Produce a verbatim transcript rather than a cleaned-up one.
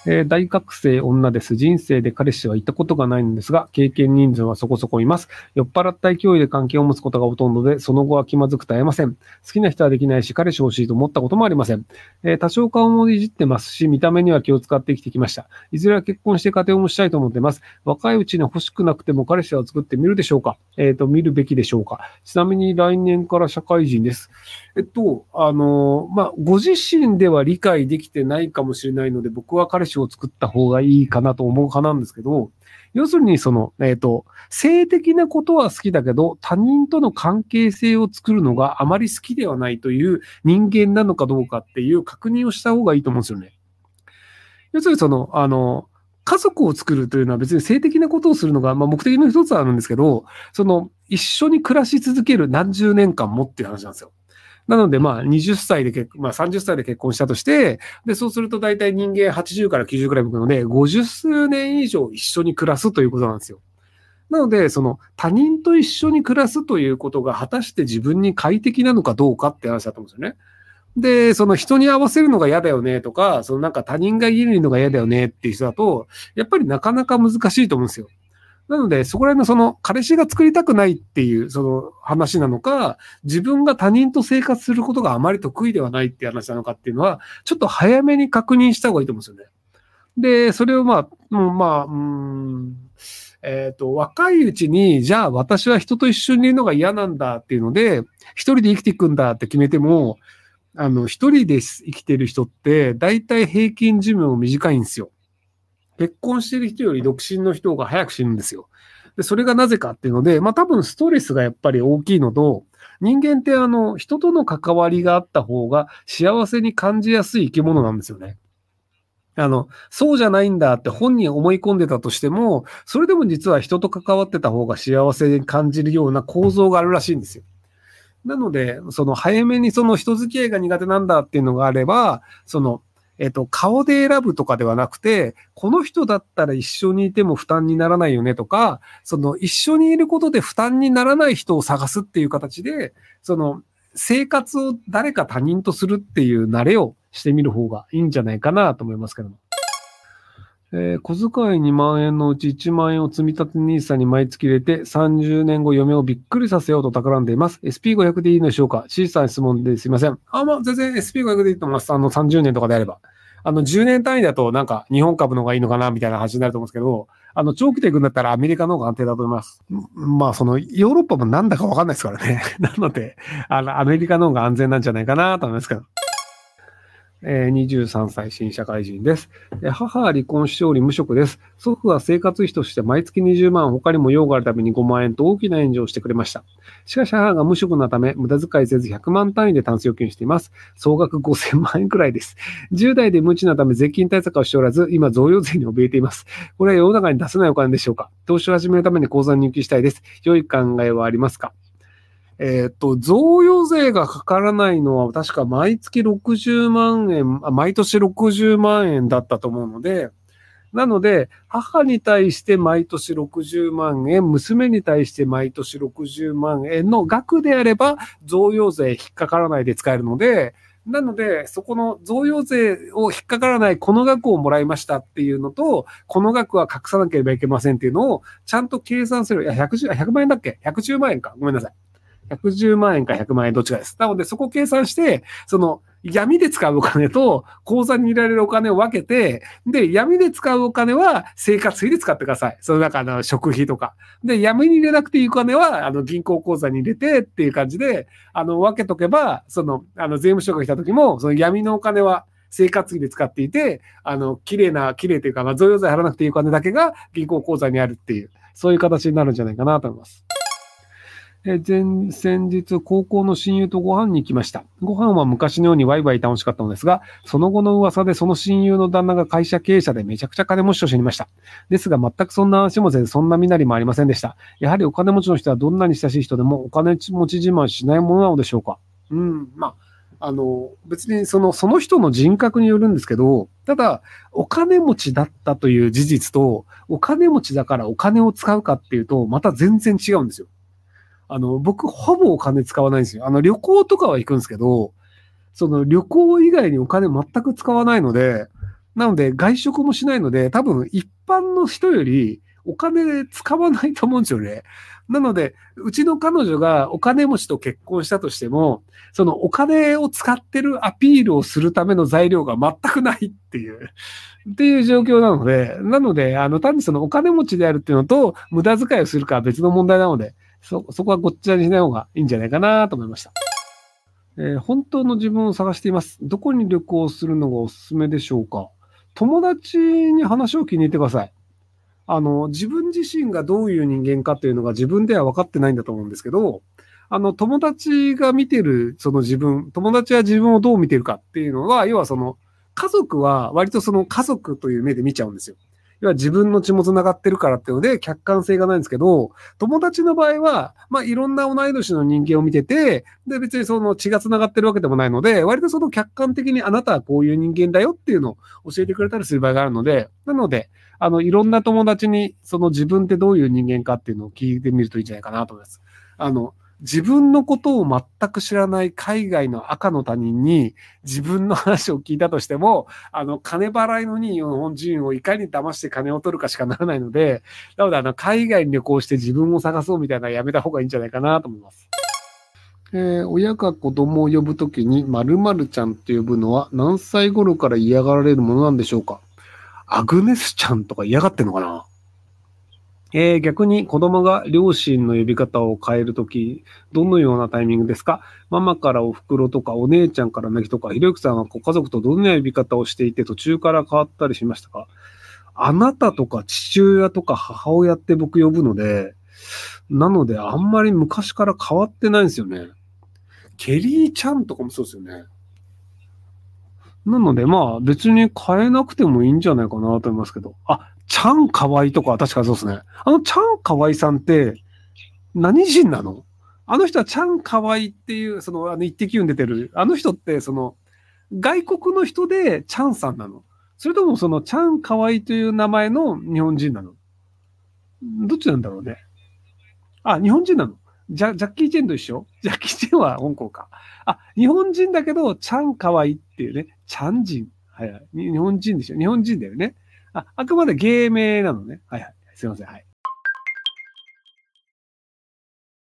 えー大学生女です。人生で彼氏は行ったことがないのですが、経験人数はそこそこいます。酔っ払った勢いで関係を持つことがほとんどで、その後は気まずくて会えません。好きな人はできないし、彼氏欲しいと思ったこともありません。えー多少顔もいじってますし、見た目には気を使って生きてきました。いずれは結婚して家庭を持ちたいと思っています。若いうちに欲しくなくても彼氏は作ってみるでしょうか？えっと、見るべきでしょうか？ちなみに来年から社会人です。えっと、あの、まあ、ご自身では理解できてないかもしれないので、僕は彼氏を作った方がいいかなと思う派なんですけど、要するにその、えっと、性的なことは好きだけど、他人との関係性を作るのがあまり好きではないという人間なのかどうかっていう確認をした方がいいと思うんですよね。要するにその、あの、家族を作るというのは別に性的なことをするのが、まあ、目的の一つはあるんですけど、その、一緒に暮らし続ける何十年間もっていう話なんですよ。なので、まあ、はたちで結、まあ、さんじゅっさいで結婚したとして、で、そうすると大体人間はちじゅうからきゅうじゅうくらい向くので、ごじゅっ数年以上一緒に暮らすということなんですよ。なので、その他人と一緒に暮らすということが果たして自分に快適なのかどうかって話だと思うんですよね。で、その人に合わせるのが嫌だよねとか、そのなんか他人が家にいるのが嫌だよねっていう人だと、やっぱりなかなか難しいと思うんですよ。なので、そこら辺のその彼氏が作りたくないっていうその話なのか、自分が他人と生活することがあまり得意ではないっていう話なのかっていうのは、ちょっと早めに確認した方がいいと思うんですよね。で、それをまあ、うん、まあ、うん、えっと、若いうちに、じゃあ私は人と一緒にいるのが嫌なんだっていうので、一人で生きていくんだって決めても、あの、一人で生きてる人って、大体平均寿命短いんですよ。結婚してる人より独身の人が早く死ぬんですよ。で、それがなぜかっていうので、まあ多分ストレスがやっぱり大きいのと、人間ってあの、人との関わりがあった方が幸せに感じやすい生き物なんですよね。あの、そうじゃないんだって本人思い込んでたとしても、それでも実は人と関わってた方が幸せに感じるような構造があるらしいんですよ。なので、その早めにその人付き合いが苦手なんだっていうのがあれば、その、えっと、顔で選ぶとかではなくて、この人だったら一緒にいても負担にならないよねとか、その一緒にいることで負担にならない人を探すっていう形で、その生活を誰か他人とするっていう慣れをしてみる方がいいんじゃないかなと思いますけども。えー小遣いにまん円のうちいちまん円を積み立て ニーサ に毎月入れてさんじゅうねんご嫁をびっくりさせようと企んでいます。エスピーごひゃく でいいのでしょうか？小さな質問ですいません。あ、まあ、全然 エスピーごひゃく でいいと思います。あの、さんじゅうねんとかであれば。あの、じゅうねん単位だとなんか日本株の方がいいのかなみたいな話になると思うんですけど、あの、長期で行くんだったらアメリカの方が安定だと思います。まあ、その、ヨーロッパもなんだかわかんないですからね。なので、あの、アメリカの方が安全なんじゃないかなと思いますけど。えーにじゅうさんさい新社会人です。えー母は離婚しており無職です。祖父は生活費として毎月にじゅうまん、他にも用があるためにごまん円と大きな援助をしてくれました。しかし母が無職なため無駄遣いせずひゃくまん単位でタンス預金しています。総額ごせんまん円くらいです。じゅう代で無知なため税金対策をしておらず、今贈与税に怯えています。これは世の中に出せないお金でしょうか？投資を始めるために口座に入金したいです。良い考えはありますか？えっと、贈与税がかからないのは確か毎月ろくじゅうまん円、あ毎年ろくじゅうまん円だったと思うので、なので、母に対して毎年ろくじゅうまん円、娘に対して毎年ろくじゅうまん円の額であれば、贈与税引っかからないで使えるので、なので、そこの贈与税を引っかからないこの額をもらいましたっていうのと、この額は隠さなければいけませんっていうのをちゃんと計算する。いや、ひゃくじゅう、ひゃくまん円だっけ ?ひゃくじゅうまん円か。ごめんなさい。ひゃくじゅうまん円かひゃくまん円どっちかです。なので、そこを計算して、その、闇で使うお金と口座に入れられるお金を分けて、で、闇で使うお金は生活費で使ってください。その中の食費とか。で、闇に入れなくていいお金は、あの、銀行口座に入れてっていう感じで、あの、分けとけば、その、あの、税務署が来た時も、その闇のお金は生活費で使っていて、あの、綺麗な、綺麗というか、まあ、贈与税払わなくていいお金だけが銀行口座にあるっていう、そういう形になるんじゃないかなと思います。え前、先日、高校の親友とご飯に行きました。ご飯は昔のようにワイワイ楽しかったのですが、その後の噂でその親友の旦那が会社経営者でめちゃくちゃ金持ちと知りました。ですが、全くそんな話もせず、そんな身なりもありませんでした。やはりお金持ちの人はどんなに親しい人でもお金持ち自慢しないものなのでしょうか？うん、まあ、あの、別にその、その人の人格によるんですけど、ただ、お金持ちだったという事実と、お金持ちだからお金を使うかっていうと、また全然違うんですよ。あの、僕、ほぼお金使わないんですよ。あの、旅行とかは行くんですけど、その旅行以外にお金全く使わないので、 なので、外食もしないので、多分一般の人よりお金使わないと思うんですよね。なので、うちの彼女がお金持ちと結婚したとしても、そのお金を使ってるアピールをするための材料が全くないっていう、っていう状況なので、なので、あの、単にそのお金持ちであるっていうのと、無駄遣いをするかは別の問題なので、そ、そこはごっちゃにしない方がいいんじゃないかなと思いました。えー本当の自分を探しています。どこに旅行するのがおすすめでしょうか？友達に話を聞いてみてください。あの、自分自身がどういう人間かっていうのが自分では分かってないんだと思うんですけど、あの、友達が見てるその自分、友達は自分をどう見てるかっていうのは、要はその、家族は割とその家族という目で見ちゃうんですよ。要は自分の血も繋がってるからっていうので客観性がないんですけど、友達の場合は、まあいろんな同い年の人間を見てて、で別にその血が繋がってるわけでもないので、割とその客観的にあなたはこういう人間だよっていうのを教えてくれたりする場合があるので、なので、あの、いろんな友達にその自分ってどういう人間かっていうのを聞いてみるといいんじゃないかなと思います。あの、自分のことを全く知らない海外の赤の他人に自分の話を聞いたとしても、あの、金払いのいい日本人をいかに騙して金を取るかしかならないので、なので、あの、海外に旅行して自分を探そうみたいなのはやめた方がいいんじゃないかなと思います。えー親が子供を呼ぶときに〇〇ちゃんって呼ぶのは何歳頃から嫌がられるものなんでしょうか？アグネスちゃんとか嫌がってんのかな？えー逆に子供が両親の呼び方を変えるとき、どのようなタイミングですか？ママからお袋とかお姉ちゃんからネギとか、ひろゆきさんはご家族とどんな呼び方をしていて途中から変わったりしましたか？あなたとか父親とか母親って僕呼ぶので、なのであんまり昔から変わってないんですよね。ケリーちゃんとかもそうですよね。なのでまあ別に変えなくてもいいんじゃないかなと思いますけど。あ、ちゃんかわいとかは確かそうですね。あのちゃんかわいさんって何人なの？あの人はちゃんかわいっていう、その、あの、イッテ Q に出てる、あの人って、その、外国の人でチャンさんなの？それともその、ちゃんかわいという名前の日本人なの？どっちなんだろうね。あ、日本人なの？ジャ、ジャッキー・チェンと一緒？ジャッキー・チェンは香港か。あ、日本人だけど、ちゃんかわいっていうね。ちゃん人。はいはい。日本人でしょ？日本人だよね。あ、あくまで芸名なのね。はいはい。すいません。はい。